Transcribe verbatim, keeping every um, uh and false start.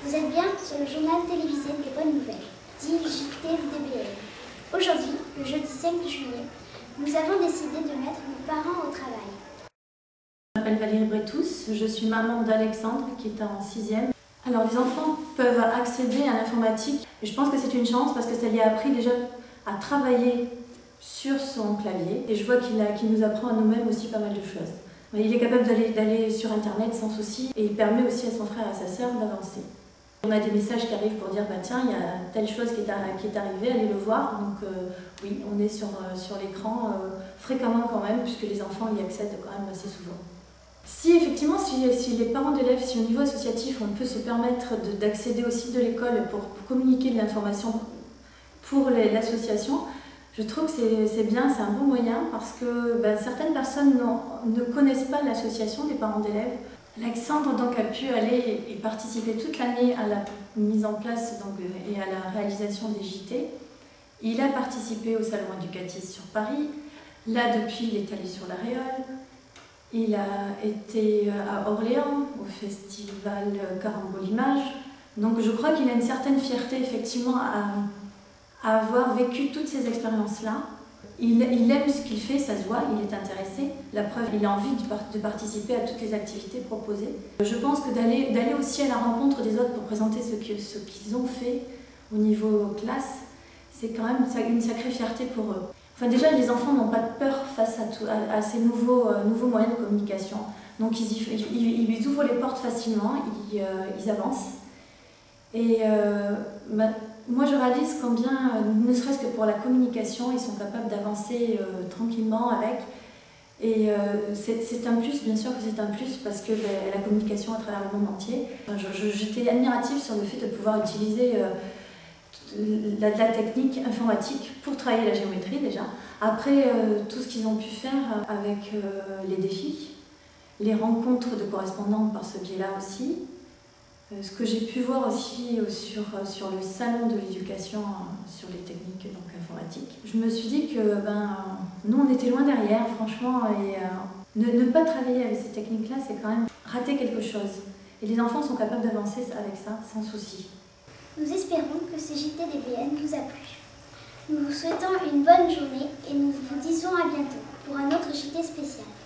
Vous êtes bien sur le journal télévisé des bonnes nouvelles, dit J T D B N. Aujourd'hui, le jeudi cinq juillet, nous avons décidé de mettre nos parents au travail. Je m'appelle Valérie Bretous, je suis maman d'Alexandre qui est en sixième. Alors les enfants peuvent accéder à l'informatique et je pense que c'est une chance parce que ça lui a appris déjà à travailler sur son clavier et je vois qu'il qu'il nous apprend à nous-mêmes aussi pas mal de choses. Il est capable d'aller sur internet sans souci et il permet aussi à son frère et à sa sœur d'avancer. On a des messages qui arrivent pour dire bah tiens il y a telle chose qui est, à, qui est arrivée, allez le voir. Donc euh, oui, on est sur, euh, sur l'écran euh, fréquemment quand même puisque les enfants y accèdent quand même assez souvent. Si effectivement, si, si les parents d'élèves, si au niveau associatif, on peut se permettre d'accéder au site de l'école pour, pour communiquer de l'information pour l'association, je trouve que c'est bien, c'est un bon moyen parce que ben, certaines personnes ne connaissent pas l'association des parents d'élèves. Alexandre donc, a pu aller et participer toute l'année à la mise en place donc, et à la réalisation des J T. Il a participé au salon éducatif sur Paris. Là, depuis, il est allé sur l'Aréole. Il a été à Orléans, au festival Carambolimage. Donc je crois qu'il a une certaine fierté effectivement à, à avoir vécu toutes ces expériences-là. Il, il aime ce qu'il fait, ça se voit, il est intéressé. La preuve, il a envie de, de participer à toutes les activités proposées. Je pense que d'aller d'aller aussi à la rencontre des autres pour présenter ce qu'ils ce qu'ils ont fait au niveau classe, c'est quand même une sacrée fierté pour eux. Enfin, déjà, les enfants n'ont pas de peur face à, tout, à, à ces nouveaux, euh, nouveaux moyens de communication. Donc, ils, ils, ils ouvrent les portes facilement, ils, euh, ils avancent. Et euh, bah, moi, je réalise combien, euh, ne serait-ce que pour la communication, ils sont capables d'avancer euh, tranquillement avec. Et euh, c'est un plus, bien sûr que c'est un plus, parce que bah, la communication à travers le monde entier. J'étais admirative sur le fait de pouvoir utiliser euh, La, la technique informatique pour travailler la géométrie déjà. Après, euh, tout ce qu'ils ont pu faire avec euh, les défis, les rencontres de correspondants par ce biais-là aussi, euh, ce que j'ai pu voir aussi euh, sur, sur le salon de l'éducation euh, sur les techniques donc, informatiques. Je me suis dit que ben, nous, on était loin derrière, franchement, et euh, ne, ne pas travailler avec ces techniques-là, c'est quand même rater quelque chose. Et les enfants sont capables d'avancer avec ça sans souci. Nous espérons que ce J T D B N vous a plu. Nous vous souhaitons une bonne journée et nous vous disons à bientôt pour un autre J T spécial.